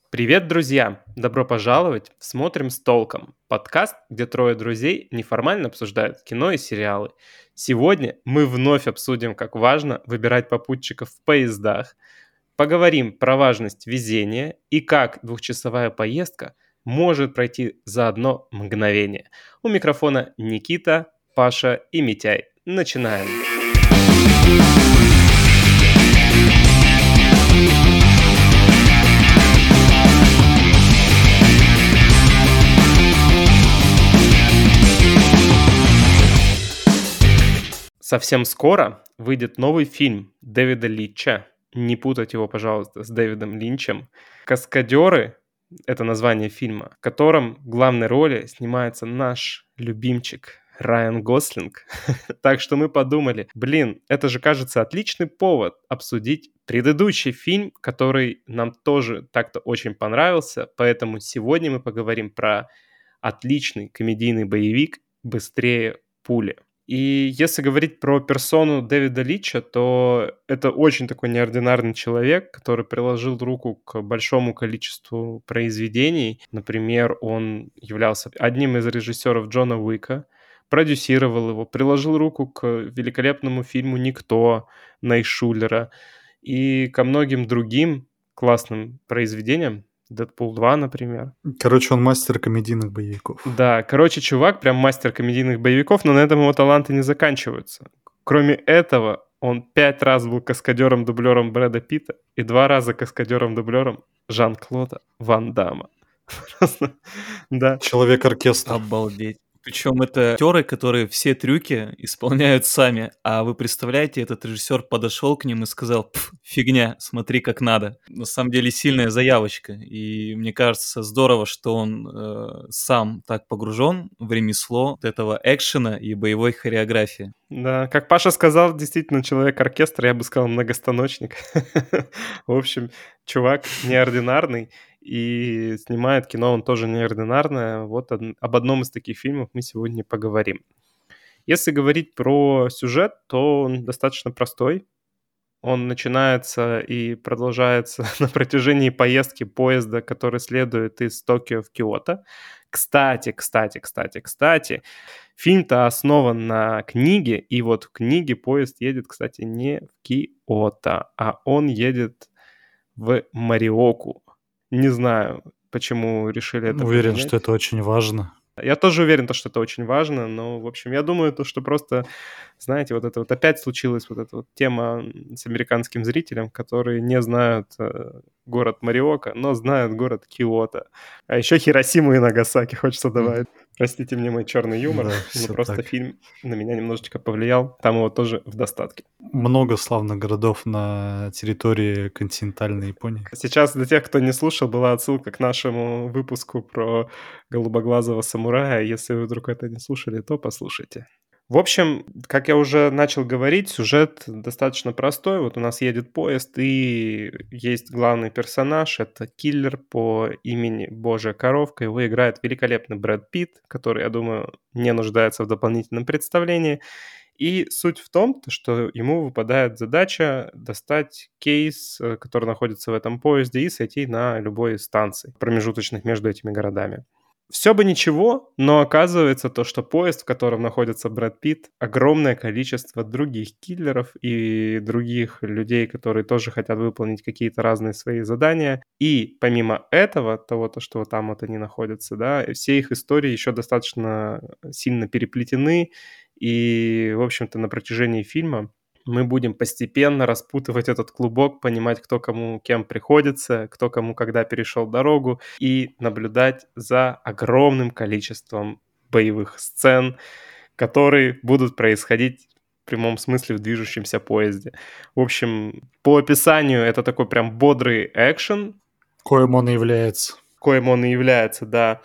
Привет, друзья! Добро пожаловать в «Смотрим с толком» — подкаст, где трое друзей неформально обсуждают кино и сериалы. Сегодня мы вновь обсудим, как важно выбирать попутчиков в поездах, поговорим про важность везения и как двухчасовая поездка может пройти за одно мгновение. У микрофона Никита, Паша и Митяй. Начинаем! Совсем скоро выйдет новый фильм Дэвида Линча. Не путать его, пожалуйста, с Дэвидом Линчем. «Каскадеры» — это название фильма, в котором в главной роли снимается наш любимчик Райан Гослинг. Так что мы подумали, это же, кажется, отличный повод обсудить предыдущий фильм, который нам тоже так-то очень понравился. Поэтому сегодня мы поговорим про отличный комедийный боевик «Быстрее пули». И если говорить про персону Дэвида Линча, то это очень такой неординарный человек, который приложил руку к большому количеству произведений. Например, он являлся одним из режиссеров Джона Уика, продюсировал его, приложил руку к великолепному фильму «Никто» Найшулера и ко многим другим классным произведениям. «Дэдпул 2», например. Короче, он мастер комедийных боевиков. Да, чувак прям мастер комедийных боевиков, но на этом его таланты не заканчиваются. Кроме этого, он 5 раз был каскадером-дублером Брэда Питта и 2 раза каскадером-дублером Жан-Клода Ван Дамма. Просто, да. Человек-оркестр. Обалдеть. Причем это актеры, которые все трюки исполняют сами. А вы представляете, этот режиссер подошел к ним и сказал: «Пф, фигня, смотри как надо». На самом деле сильная заявочка. И мне кажется, здорово, что он сам так погружен в ремесло вот этого экшена и боевой хореографии. Да, как Паша сказал, действительно человек-оркестр, я бы сказал многостаночник. В общем, чувак неординарный, и снимает кино он тоже неординарное. Вот об одном из таких фильмов мы сегодня поговорим. Если говорить про сюжет, то он достаточно простой. Он начинается и продолжается на протяжении поездки поезда, который следует из Токио в Киото. Кстати, фильм-то основан на книге, и вот в книге поезд едет, кстати, не в Киото, а он едет в Мориоку. Не знаю, почему решили это Уверен, поменять. что это очень важно. Я тоже уверен, что это очень важно, но, в общем, я думаю, что просто, знаете, вот это вот опять случилась вот эта вот тема с американским зрителем, которые не знают город Мориока, но знают город Киото. А еще Хиросиму и Нагасаки хочется добавить. Простите мне мой черный юмор, Да, но всё просто так. фильм на меня немножечко повлиял. Там его тоже в достатке. Много славных городов на территории континентальной Японии. Сейчас для тех, кто не слушал, была отсылка к нашему выпуску про голубоглазого самурая. Если вы вдруг это не слушали, то послушайте. В общем, как я уже начал говорить, сюжет достаточно простой. Вот у нас едет поезд, и есть главный персонаж. Это киллер по имени Божья коровка. Его играет великолепный Брэд Питт, который, я думаю, не нуждается в дополнительном представлении. И суть в том, что ему выпадает задача достать кейс, который находится в этом поезде, и сойти на любой из станций, промежуточных между этими городами. Все бы ничего, но оказывается то, что поезд, в котором находится Брэд Питт, огромное количество других киллеров и других людей, которые тоже хотят выполнить какие-то разные свои задания. И помимо этого, что там вот они находятся, да, все их истории еще достаточно сильно переплетены. И, в общем-то, на протяжении фильма мы будем постепенно распутывать этот клубок, понимать, кто кому кем приходится, кто кому когда перешел дорогу, и наблюдать за огромным количеством боевых сцен, которые будут происходить в прямом смысле в движущемся поезде. В общем, по описанию это такой прям бодрый экшен, Коим он и является. коим он и является, да.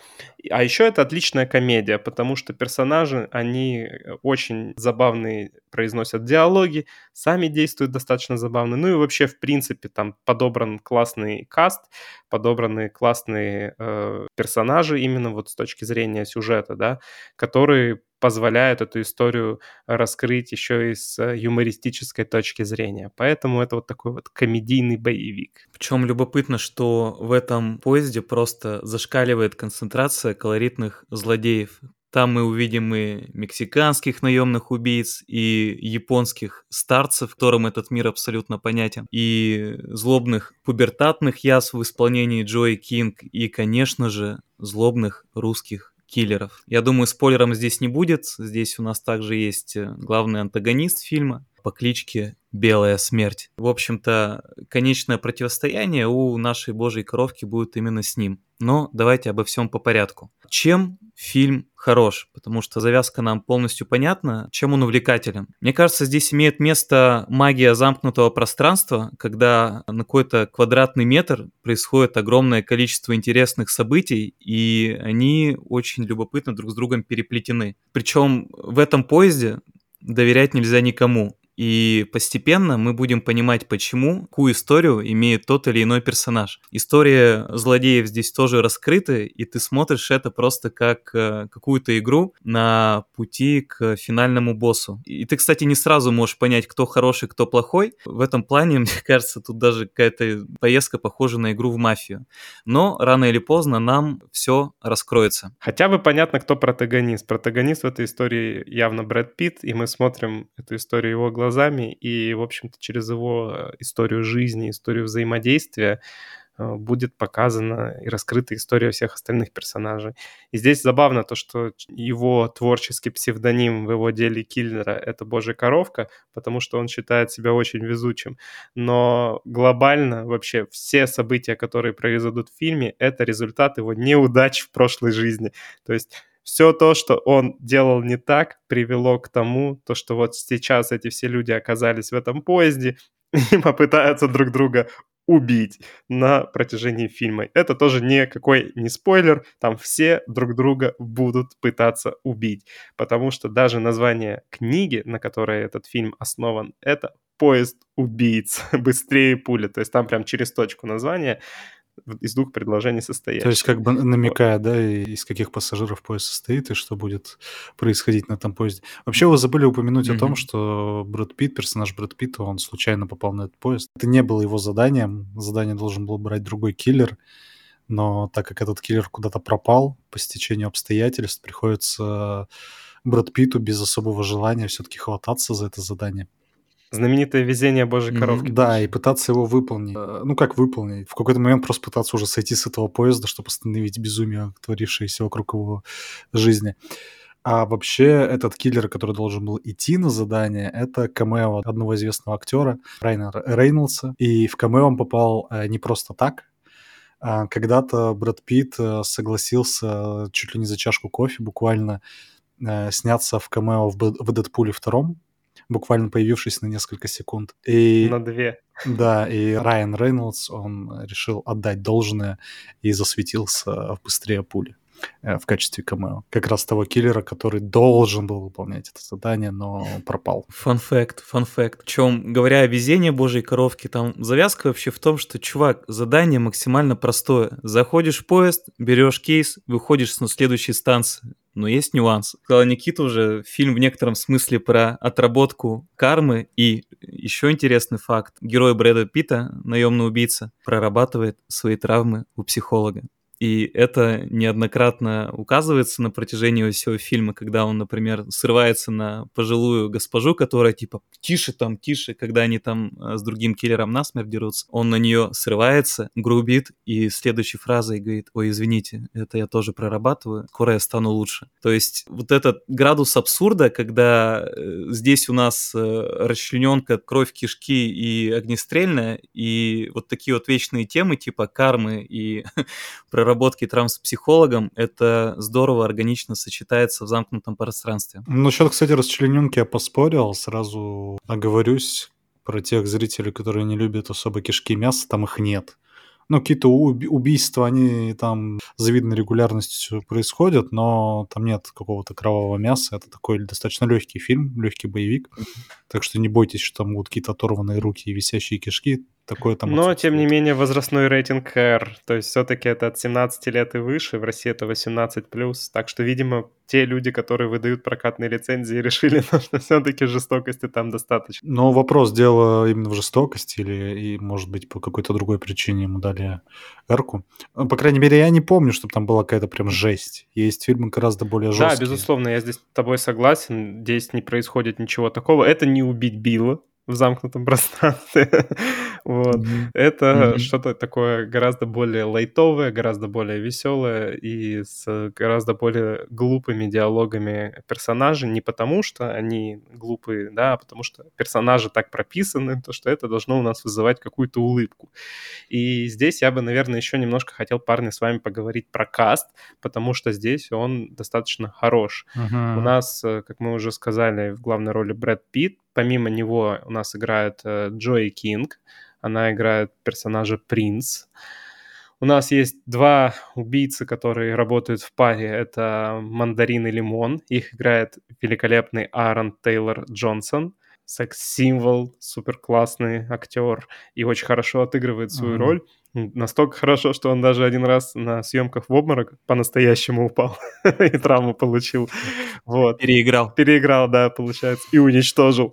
А еще это отличная комедия, потому что персонажи, они очень забавные, произносят диалоги, сами действуют достаточно забавно. Ну и вообще, в принципе, там подобран классный каст, подобраны классные персонажи именно вот с точки зрения сюжета, да, которые позволяют эту историю раскрыть еще и с юмористической точки зрения. Поэтому это вот такой вот комедийный боевик. Причем любопытно, что в этом поезде просто зашкаливает концентрация колоритных злодеев. Там мы увидим и мексиканских наемных убийц, и японских старцев, которым этот мир абсолютно понятен, и злобных пубертатных язв в исполнении Джои Кинг, и, конечно же, злобных русских киллеров. Я думаю, спойлером здесь не будет. Здесь у нас также есть главный антагонист фильма по кличке Белая Смерть. В общем-то, конечное противостояние у нашей божьей коровки будет именно с ним. Но давайте обо всем по порядку. Чем фильм хорош? Потому что завязка нам полностью понятна. Чем он увлекателен? Мне кажется, здесь имеет место магия замкнутого пространства, когда на какой-то квадратный метр происходит огромное количество интересных событий, и они очень любопытно друг с другом переплетены. Причем в этом поезде доверять нельзя никому. И постепенно мы будем понимать, почему, какую историю имеет тот или иной персонаж. История злодеев здесь тоже раскрыта, и ты смотришь это просто как какую-то игру на пути к финальному боссу. И ты, кстати, не сразу можешь понять, кто хороший, кто плохой. В этом плане, мне кажется, тут даже какая-то поездка похожа на игру в мафию. Но рано или поздно нам все раскроется. Хотя бы понятно, кто протагонист. Протагонист в этой истории явно Брэд Питт, и мы смотрим эту историю его глазами, и, в общем-то, через его историю жизни, историю взаимодействия будет показана и раскрыта история всех остальных персонажей. И здесь забавно то, что его творческий псевдоним в его деле киллера — это Божья коровка, потому что он считает себя очень везучим. Но глобально вообще все события, которые произойдут в фильме, это результат его неудач в прошлой жизни. То есть все то, что он делал не так, привело к тому, то, что вот сейчас эти все люди оказались в этом поезде и попытаются друг друга убить на протяжении фильма. Это тоже никакой не спойлер, там все друг друга будут пытаться убить, потому что даже название книги, на которой этот фильм основан, это «Поезд убийц», «Быстрее пули», то есть там прям через точку названия из двух предложений То есть состоящее. как бы Вот. намекая, да, из каких пассажиров поезд состоит и что будет происходить на этом поезде. Вообще вы забыли упомянуть о том, что Брэд Питт, персонаж Брэд Питта, он случайно попал на этот поезд. Это не было его заданием. Задание должен был брать другой киллер. Но так как этот киллер куда-то пропал по стечению обстоятельств, приходится Брэд Питту без особого желания все-таки хвататься за это задание. Знаменитое везение Божьей коровки. Да, и пытаться его выполнить. Ну, как выполнить? В какой-то момент просто пытаться уже сойти с этого поезда, чтобы остановить безумие, творившееся вокруг его жизни. А вообще, этот киллер, который должен был идти на задание, это камео одного известного актера, Райана Рейнольдса. И в камео он попал не просто так. Когда-то Брэд Питт согласился чуть ли не за чашку кофе буквально сняться в камео в «Дэдпуле 2», буквально появившись на несколько секунд. На две. Да, и Райан Рейнольдс, он решил отдать должное и засветился в «Быстрее пули» в качестве камео. Как раз того киллера, который должен был выполнять это задание, но пропал. Фан-факт. Причем, говоря о везении Божьей коровки, там завязка вообще в том, что, чувак, задание максимально простое. Заходишь в поезд, берешь кейс, выходишь на следующей станции. Но есть нюанс. Сказала Никита уже, фильм в некотором смысле про отработку кармы. И еще интересный факт. Герой Брэда Питта, наемный убийца, прорабатывает свои травмы у психолога. И это неоднократно указывается на протяжении всего фильма, когда он, например, срывается на пожилую госпожу, которая типа «тише там, тише», когда они там с другим киллером насмерть дерутся. Он на нее срывается, грубит и следующей фразой говорит: «Ой, извините, это я тоже прорабатываю, скоро я стану лучше». То есть вот этот градус абсурда, когда здесь у нас расчлененка, кровь, кишки и огнестрельная, и вот такие вот вечные темы типа кармы и проработки травм с психологом, это здорово, органично сочетается в замкнутом пространстве. Насчет, кстати, расчлененки я поспорил, сразу оговорюсь про тех зрителей, которые не любят особо кишки и мясо, там их нет. Ну, какие-то убийства, они там с завидной регулярностью происходят, но там нет какого-то кровавого мяса. Это такой достаточно легкий фильм, легкий боевик. Так что не бойтесь, что там будут какие-то оторванные руки и висящие кишки. Такое там Но, тем не отсутствует. менее, возрастной рейтинг R, то есть все-таки это от 17 лет и выше, в России это 18+, так что, видимо, те люди, которые выдают прокатные лицензии, решили, что все-таки жестокости там достаточно. Но вопрос, дело именно в жестокости или, и, может быть, по какой-то другой причине ему дали R-ку. Ну, по крайней мере, я не помню, чтобы там была какая-то прям жесть. Есть фильмы гораздо более Да, жесткие. безусловно, я здесь с тобой согласен, здесь не происходит ничего такого. Это не убить Билла в замкнутом пространстве. Вот. Мгм. Это Мгм. что-то такое гораздо более лайтовое, гораздо более веселое и с гораздо более глупыми диалогами персонажей. Не потому, что они глупые, да, а потому что персонажи так прописаны, то, что это должно у нас вызывать какую-то улыбку. И здесь я бы, наверное, еще немножко хотел, парни, с вами поговорить про каст, потому что здесь он достаточно хорош. У Мгм. нас, как мы уже сказали, в главной роли Брэд Питт. Помимо него у нас играет Джои Кинг. Она играет персонажа Принц. У нас есть два убийцы, которые работают в паре. Это Мандарин и Лимон. Их играет великолепный Аарон Тейлор Джонсон. Секс-символ, супер классный актер и очень хорошо отыгрывает свою Мгм. роль. Настолько хорошо, что он даже один раз на съемках в обморок по-настоящему упал и травму получил. Вот. Переиграл. Переиграл, да, получается, и уничтожил.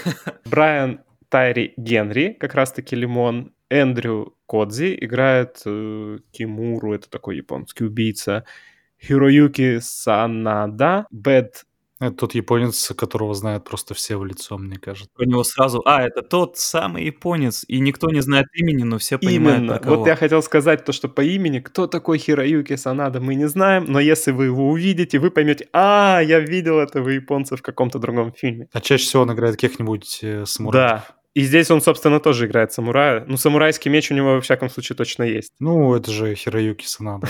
Брайан Тайри Генри, как раз-таки Лимон. Эндрю Кодзи играет Кимуру, это такой японский убийца. Хироюки Санада, Бэд. Это тот японец, которого знают просто все в лицо, мне кажется. У него сразу: это тот самый японец, и никто не знает имени, но все понимают, про Именно. Вот я кого. хотел сказать то, что по имени, кто такой Хироюки Санада, мы не знаем, но если вы его увидите, вы поймете, я видел этого японца в каком-то другом фильме. А чаще всего он играет каких-нибудь самураев. Да. И здесь он, собственно, тоже играет самурая. Ну, самурайский меч у него, во всяком случае, точно есть. Ну, это же Хироюки Санада.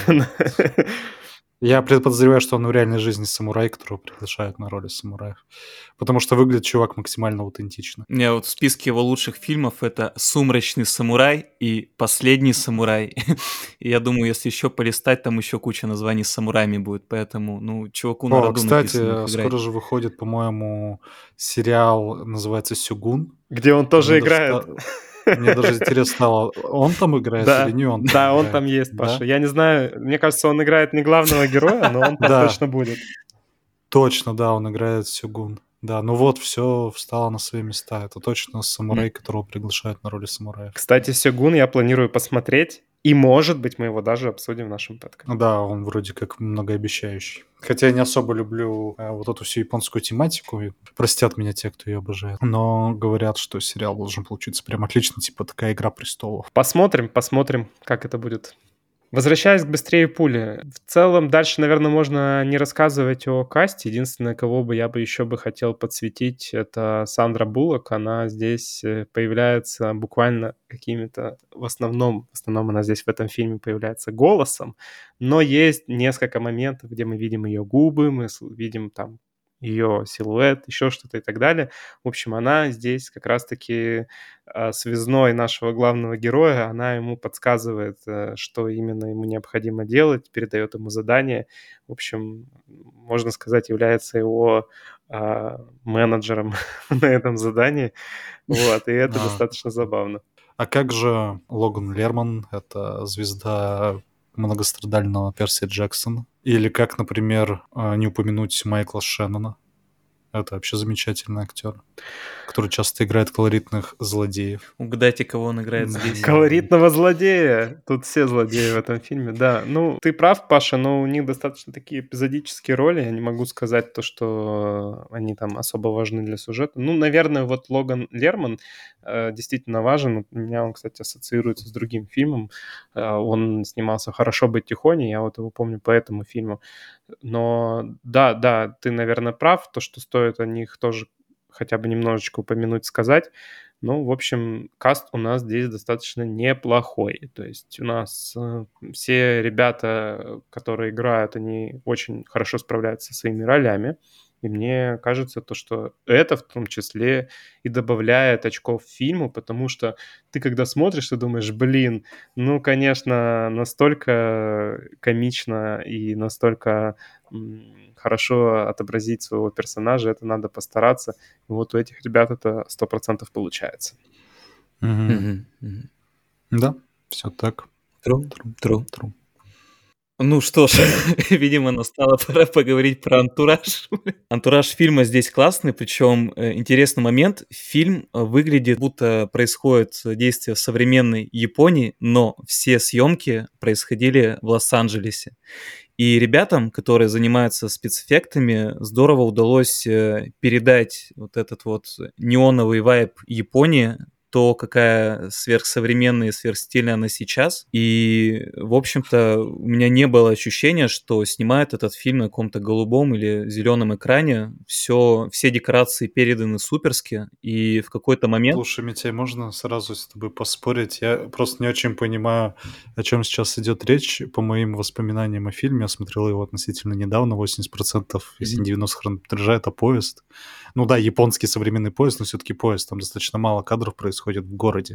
Я подозреваю, что он в реальной жизни самурай, которого приглашают на роли самураев. Потому что выглядит чувак максимально аутентично. У меня вот в списке его лучших фильмов это «Сумрачный самурай» и «Последний самурай». И я думаю, если еще полистать, там еще куча названий с самураями будет, поэтому, чуваку на роду написано их Кстати, играть. скоро же выходит, по-моему, сериал, называется «Сёгун». Где он И тоже играет. мне даже интересно стало, он там играет или Да, не он там да, он играет? там есть, Да? Паша. Я не знаю, мне кажется, он играет не главного героя, но он там Да, точно будет. точно, да, он играет Сёгун. Да, ну вот, все встало на свои места. Это точно М. самурай, которого приглашают на роли самураев. Кстати, Сёгун я планирую посмотреть, и, может быть, мы его даже обсудим в нашем подкасте. Да, он вроде как многообещающий. Хотя я не особо люблю вот эту всю японскую тематику. И простят меня те, кто ее обожает. Но говорят, что сериал должен получиться прям отлично, типа такая «Игра престолов». Посмотрим, как это будет. Возвращаясь к «Быстрее пули», в целом дальше, наверное, можно не рассказывать о касте. Единственное, кого бы я бы еще бы хотел подсветить, это Сандра Буллок. Она здесь появляется буквально какими-то... В основном она здесь в этом фильме появляется голосом, но есть несколько моментов, где мы видим ее губы, мы видим там ее силуэт, еще что-то и так далее. В общем, она здесь как раз-таки связной нашего главного героя, она ему подсказывает, что именно ему необходимо делать, передает ему задание. В общем, можно сказать, является его менеджером на этом задании. Вот, и это А, достаточно забавно. а как же Логан Лерман? Это звезда многострадального Перси Джексона. Или как, например, не упомянуть Майкла Шеннона. Это вообще замечательный актер, который часто играет колоритных злодеев. Угадайте, кого он играет здесь. Колоритного злодея. Тут все злодеи в этом фильме, да. Ну, ты прав, Паша, но у них достаточно такие эпизодические роли. Я не могу сказать то, что они там особо важны для сюжета. Ну, наверное, вот Логан Лерман действительно важен. У меня он, кстати, ассоциируется с другим фильмом. Он снимался «Хорошо быть тихоней», я вот его помню по этому фильму. Но да, ты, наверное, прав, то, что стоит о них тоже хотя бы немножечко упомянуть, сказать. Ну, в общем, каст у нас здесь достаточно неплохой. То есть у нас все ребята, которые играют, они очень хорошо справляются со своими ролями. И мне кажется, то, что это в том числе и добавляет очков фильму, потому что ты когда смотришь, ты думаешь: "Блин, ну, конечно, настолько комично и настолько, хорошо отобразить своего персонажа, это надо постараться". И вот у этих ребят это 100% получается. Мгм. Мгм, мгм. Да, все так. True, Тру, true. тру. Ну что ж, видимо, настала пора поговорить про антураж. Антураж фильма здесь классный, причем интересный момент. Фильм выглядит, будто происходит действие в современной Японии, но все съемки происходили в Лос-Анджелесе. И ребятам, которые занимаются спецэффектами, здорово удалось передать вот этот вот неоновый вайб Японии, то, какая сверхсовременная и сверхстильная она сейчас. И, в общем-то, у меня не было ощущения, что снимают этот фильм на каком-то голубом или зеленом экране. Все декорации переданы суперски, и в какой-то момент... Слушай, Митяй, можно сразу с тобой поспорить? Я просто не очень понимаю, о чем сейчас идет речь. По моим воспоминаниям о фильме, я смотрел его относительно недавно, 80%, если не Мгм. 90 хронометража, это поезд. Ну да, японский современный поезд, но все-таки поезд. Там достаточно мало кадров происходит в городе.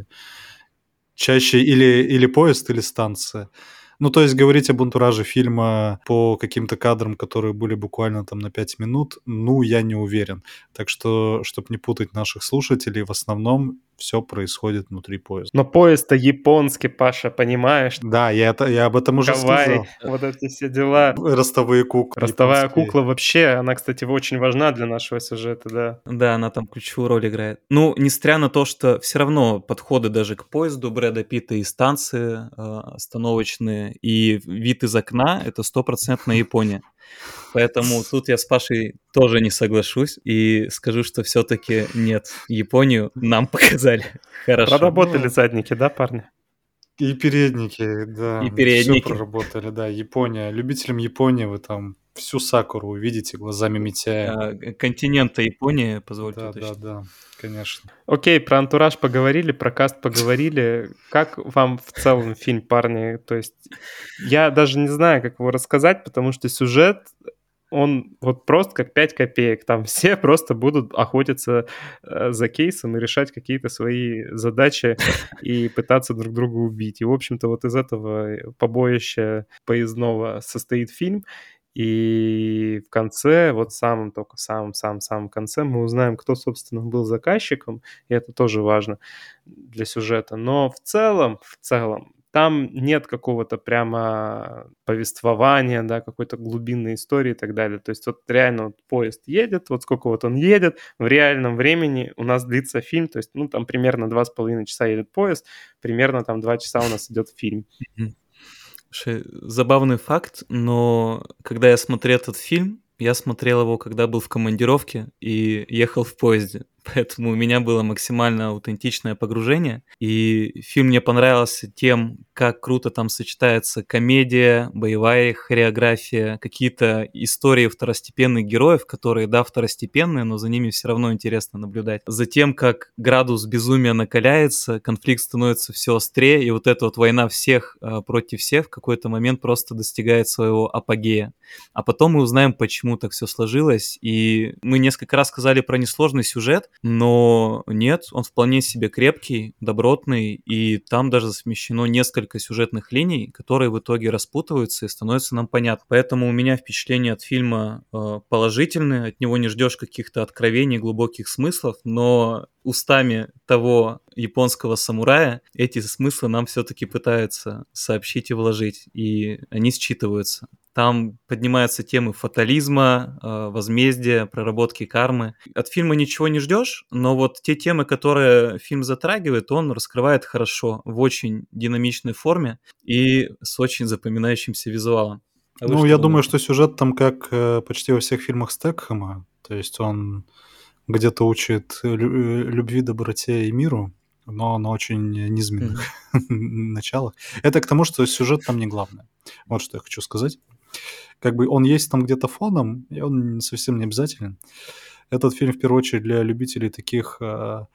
Чаще или поезд, или станция. Ну, то есть говорить об антураже фильма по каким-то кадрам, которые были буквально там на 5 минут, ну, я не уверен. Так что, чтобы не путать наших слушателей, в основном все происходит внутри поезда. Но поезд-то японский, Паша, понимаешь? Да, я об этом уже Кавай, сказал. вот эти все дела. Ростовые куклы Ростовая японские. кукла вообще, она, кстати, очень важна для нашего сюжета, да. Да, она там ключевую роль играет. Ну, несмотря на то, что все равно подходы даже к поезду Брэда Питта и станции остановочные, и вид из окна — это стопроцентная Япония. Поэтому тут я с Пашей тоже не соглашусь и скажу, что все таки нет, Японию нам показали хорошо. Проработали Ну, задники, да, парни? и передники, И да, все передники. проработали, да. Япония. Любителям Японии вы там всю Сакуру увидите глазами Митяя. Континента Японии, позвольте уточнить. Да-да-да, конечно. Окей, про антураж поговорили, про каст поговорили. Как вам в целом фильм, парни? То есть я даже не знаю, как его рассказать, потому что сюжет, он вот просто как 5 копеек. Там все просто будут охотиться за кейсом и решать какие-то свои задачи и пытаться друг друга убить. И, в общем-то, вот из этого побоища поездного состоит фильм. И в конце, вот в самом только в самом-самом-самом конце мы узнаем, кто, собственно, был заказчиком, и это тоже важно для сюжета. Но в целом, там нет какого-то прямо повествования, да, какой-то глубинной истории и так далее. То есть вот реально вот поезд едет, вот сколько вот он едет, в реальном времени у нас длится фильм, то есть, ну, там примерно 2,5 часа едет поезд, примерно там 2 часа у нас идет фильм. Мгм. Слушай, забавный факт, но когда я смотрел этот фильм, я смотрел его, когда был в командировке и ехал в поезде. Поэтому у меня было максимально аутентичное погружение. И фильм мне понравился тем, как круто там сочетается комедия, боевая хореография, какие-то истории второстепенных героев, которые, да, второстепенные, но за ними все равно интересно наблюдать. Затем, как градус безумия накаляется, конфликт становится все острее, и вот эта вот война всех против всех в какой-то момент просто достигает своего апогея. А потом мы узнаем, почему так все сложилось. И мы несколько раз сказали про несложный сюжет, но нет, он вполне себе крепкий, добротный, и там даже смещено несколько сюжетных линий, которые в итоге распутываются и становятся нам понятны. Поэтому у меня впечатление от фильма положительное, от него не ждешь каких-то откровений, глубоких смыслов, но устами того японского самурая эти смыслы нам все-таки пытаются сообщить и вложить, и они считываются. Там поднимаются темы фатализма, возмездия, проработки кармы. От фильма ничего не ждешь, но вот те темы, которые фильм затрагивает, он раскрывает хорошо, в очень динамичной форме и с очень запоминающимся визуалом. А вы Ну, что я думаю, думаете? что сюжет там как почти во всех фильмах Стэтхэма. То есть он где-то учит любви, доброте и миру, но на очень низменных Мгм. началах. Это к тому, что сюжет там не главное. Вот что я хочу сказать. Как бы он есть там где-то фоном, и он совсем не обязателен. Этот фильм в первую очередь для любителей таких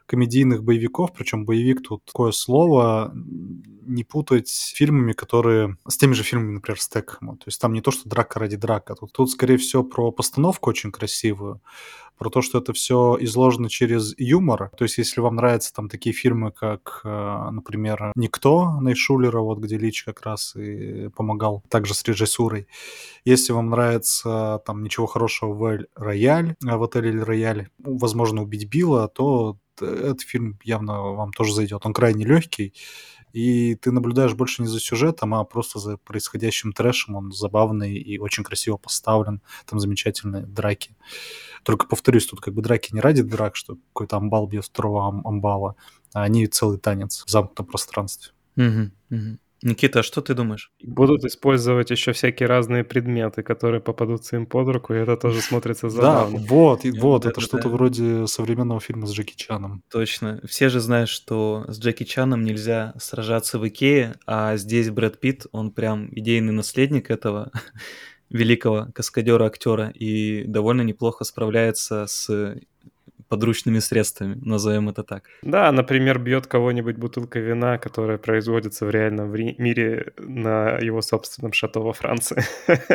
комедийных боевиков, причем боевик тут такое слово, не путать с фильмами, которые... С теми же фильмами, например, Стэтхэма. То есть там не то, что драка ради драка. Тут скорее всего, про постановку очень красивую, про то, что это все изложено через юмор. То есть если вам нравятся там такие фильмы, как, например, «Никто» Найшулера, вот где Лич как раз и помогал также с режиссурой. Если вам нравится там «Ничего хорошего в Эль-Рояль», в отеле Эль-Рояль, возможно, «Убить Билла», то этот фильм явно вам тоже зайдет. Он крайне легкий, и ты наблюдаешь больше не за сюжетом, а просто за происходящим трэшем. Он забавный и очень красиво поставлен. Там замечательные драки. Только повторюсь, тут как бы драки не ради драк, что какой-то амбал бьет второго амбала, а они целый танец в замкнутом пространстве. Мгм, мгм. Никита, а что ты думаешь? Будут использовать еще всякие разные предметы, которые попадутся им под руку, и это тоже смотрится Да, забавно. вот, это Да-да-да. что-то вроде современного фильма с Джеки Чаном. Точно. Все же знают, что с Джеки Чаном нельзя сражаться в «Икее», а здесь Брэд Питт, он прям идейный наследник этого великого каскадера-актера и довольно неплохо справляется с подручными средствами, назовем это так. Да, например, бьет кого-нибудь бутылкой вина, которая производится в реальном мире на его собственном шато во Франции.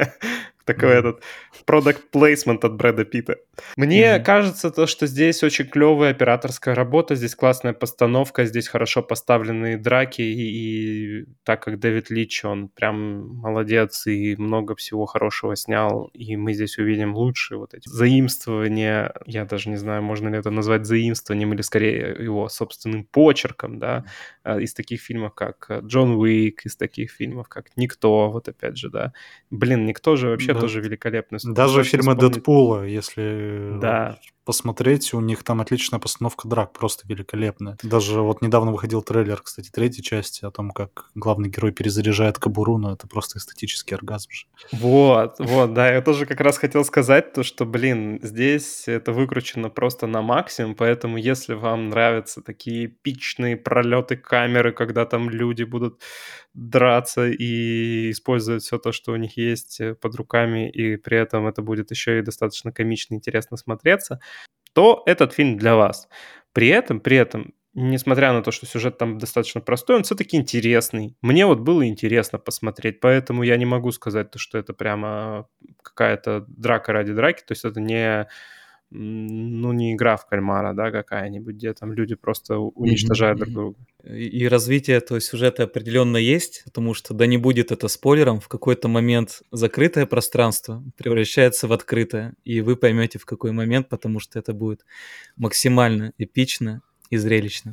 Такой этот product placement от Брэда Питта. Мне Мгм. кажется, то, что здесь очень клевая операторская работа, здесь классная постановка, здесь хорошо поставленные драки, и так как Дэвид Лич, он прям молодец и много всего хорошего снял, и мы здесь увидим лучшие вот эти заимствования, я даже не знаю, можно ли это назвать заимствованием или скорее его собственным почерком, да, из таких фильмов, как Джон Уик, из таких фильмов, как «Никто», вот опять же, да. Блин, «Никто» же вообще Да. тоже великолепный. Стоит Даже точно фильмы вспомнить. Дэдпула, если Да, посмотреть, у них там отличная постановка драк, просто великолепная. Даже вот недавно выходил трейлер, кстати, третьей части о том, как главный герой перезаряжает кобуру, но это просто эстетический оргазм же. вот, да, я тоже как раз хотел сказать то, что, блин, здесь это выкручено просто на максимум, поэтому если вам нравятся такие эпичные пролеты камеры, когда там люди будут драться и использовать все то, что у них есть под руками, и при этом это будет еще и достаточно комично и интересно смотреться, то этот фильм для вас. При этом, несмотря на то, что сюжет там достаточно простой, он все-таки интересный. Мне вот было интересно посмотреть, поэтому я не могу сказать, то, что это прямо какая-то драка ради драки, то есть это не, ну, не игра в кальмара, да, какая-нибудь, где там люди просто Мгм, уничтожают друг мгм. друга. И развитие этого сюжета определенно есть, потому что, да не будет это спойлером, в какой-то момент закрытое пространство превращается в открытое, и вы поймете в какой момент, потому что это будет максимально эпично и зрелищно.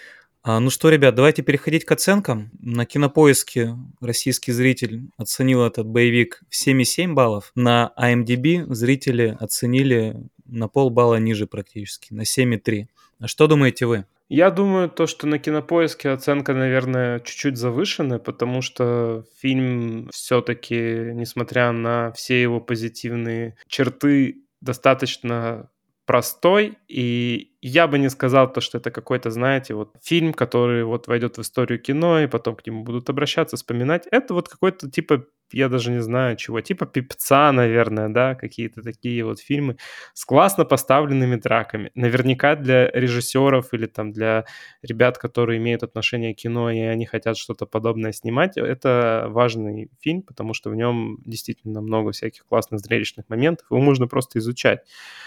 Ну что, ребят, давайте переходить к оценкам. На Кинопоиске российский зритель оценил этот боевик в 7,7 баллов. На IMDb зрители оценили на полбалла ниже практически, на 7,3. А что думаете вы? Я думаю, то, что на Кинопоиске оценка, наверное, чуть-чуть завышенная, потому что фильм все-таки, несмотря на все его позитивные черты, достаточно простой, и я бы не сказал то, что это какой-то, знаете, вот фильм, который вот войдет в историю кино, и потом к нему будут обращаться, вспоминать. Это вот какой-то типа, я даже не знаю чего, типа «Пипца», наверное, да, какие-то такие вот фильмы, с классно поставленными драками. Наверняка для режиссеров или там для ребят, которые имеют отношение к кино, и они хотят что-то подобное снимать, это важный фильм, потому что в нем действительно много всяких классных зрелищных моментов, его можно просто изучать.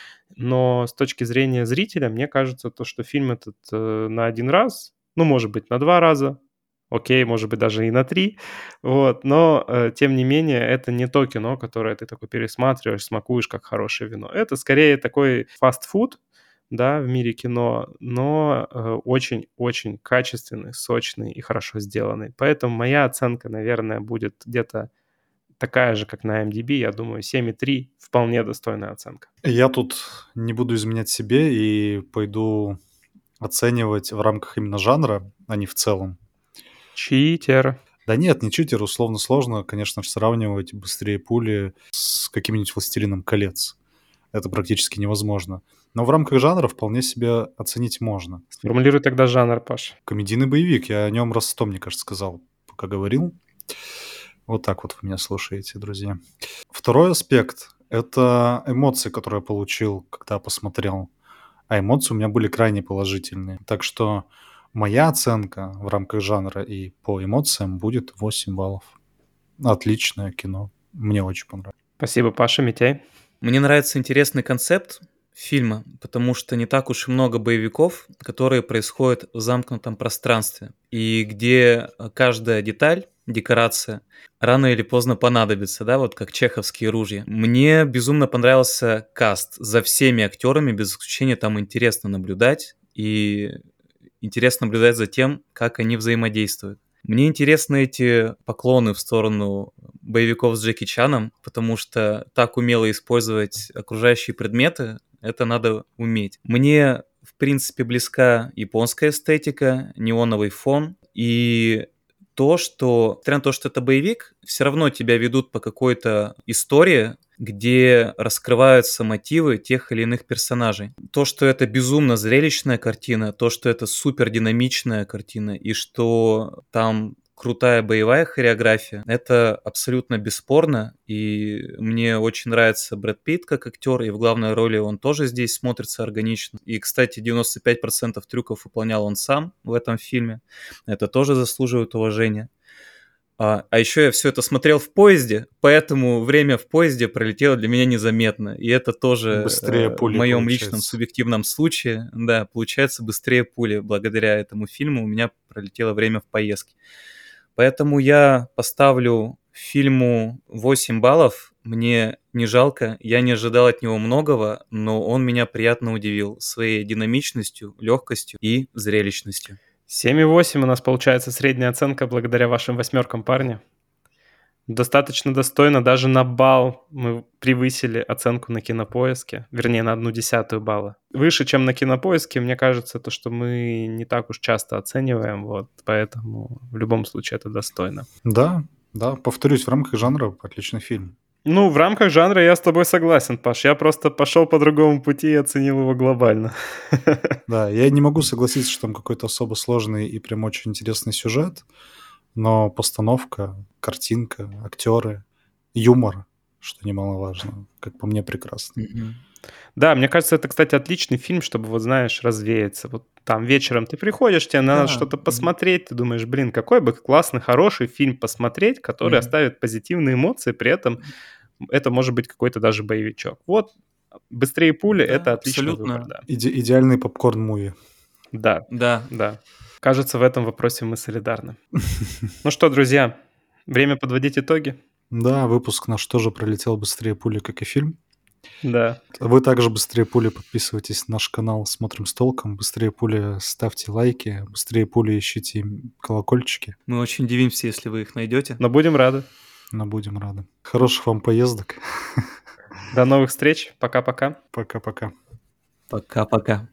Но с точки зрения зрителя, мне кажется, то, что фильм этот на один раз, ну, может быть, на два раза, окей, может быть, даже и на три, вот, но, тем не менее, это не то кино, которое ты такой пересматриваешь, смакуешь как хорошее вино. Это скорее такой фастфуд, да, в мире кино, но очень-очень качественный, сочный и хорошо сделанный. Поэтому моя оценка, наверное, будет где-то такая же, как на IMDb, я думаю, 7,3 вполне достойная оценка. Я тут не буду изменять себе и пойду оценивать в рамках именно жанра, а не в целом. Читер. Да нет, не читер, условно сложно, конечно же, сравнивать «Быстрее пули» с каким-нибудь «Властелином колец». Это практически невозможно. Но в рамках жанра вполне себе оценить можно. Сформулируй тогда жанр, Паш. Комедийный боевик, я о нем раз 100, мне кажется, сказал, пока говорил. Вот так вот вы меня слушаете, друзья. Второй аспект — это эмоции, которые я получил, когда посмотрел. а эмоции у меня были крайне положительные. Так что моя оценка в рамках жанра и по эмоциям будет 8 баллов. Отличное кино. Мне очень понравилось. Спасибо, Паша. Митяй? Мне нравится интересный концепт фильма, потому что не так уж и много боевиков, которые происходят в замкнутом пространстве, и где каждая деталь, декорация рано или поздно понадобится, да, вот как чеховские ружья. Мне безумно понравился каст. За всеми актерами, без исключения, там интересно наблюдать, и интересно наблюдать за тем, как они взаимодействуют. Мне интересны эти поклоны в сторону боевиков с Джеки Чаном, потому что так умело использовать окружающие предметы, это надо уметь. Мне, в принципе, близка японская эстетика, неоновый фон и то, что, несмотря на то, что это боевик, все равно тебя ведут по какой-то истории, где раскрываются мотивы тех или иных персонажей. То, что это безумно зрелищная картина, то, что это супер динамичная картина, и что там крутая боевая хореография, это абсолютно бесспорно, и мне очень нравится Брэд Питт как актер, и в главной роли он тоже здесь смотрится органично. И, кстати, 95% трюков выполнял он сам в этом фильме, это тоже заслуживает уважения. А еще я все это смотрел в поезде, поэтому время в поезде пролетело для меня незаметно. И это тоже Быстрее в пули моем получается. личном субъективном случае, да, получается быстрее пули. Благодаря этому фильму у меня пролетело время в поездке. Поэтому я поставлю фильму 8 баллов. Мне не жалко, я не ожидал от него многого, но он меня приятно удивил своей динамичностью, легкостью и зрелищностью. 7,8 у нас получается средняя оценка благодаря вашим 8, парни. Достаточно достойно, даже на балл мы превысили оценку на Кинопоиске, вернее, на 1/10 балла. Выше, чем на Кинопоиске, мне кажется, то, что мы не так уж часто оцениваем, вот, поэтому в любом случае это достойно. Да, повторюсь, в рамках жанра отличный фильм. Ну, в рамках жанра я с тобой согласен, Паш. Я просто пошел по другому пути и оценил его глобально. Да, я не могу согласиться, что там какой-то особо сложный и прям очень интересный сюжет, но постановка, картинка, актеры, юмор, что немаловажно, как по мне, прекрасно. Да, мне кажется, это, кстати, отличный фильм, чтобы, вот знаешь, развеяться. Вот там вечером ты приходишь, тебе надо что-то посмотреть, ты думаешь, блин, какой бы классный, хороший фильм посмотреть, который оставит позитивные эмоции, при этом это может быть какой-то даже боевичок. Вот «Быстрее пули» — это отличный выбор, да. Идеальный попкорн-муви. Да. Кажется, в этом вопросе мы солидарны. Ну что, друзья, время подводить итоги. Да, выпуск наш тоже пролетел быстрее пули, как и фильм. Да. Вы также быстрее пули подписывайтесь на наш канал «Смотрим с толком». Быстрее пули ставьте лайки. Быстрее пули ищите колокольчики. Мы очень удивимся, если вы их найдете. Но будем рады. Хороших вам поездок. До новых встреч. Пока-пока. Пока-пока. Пока-пока.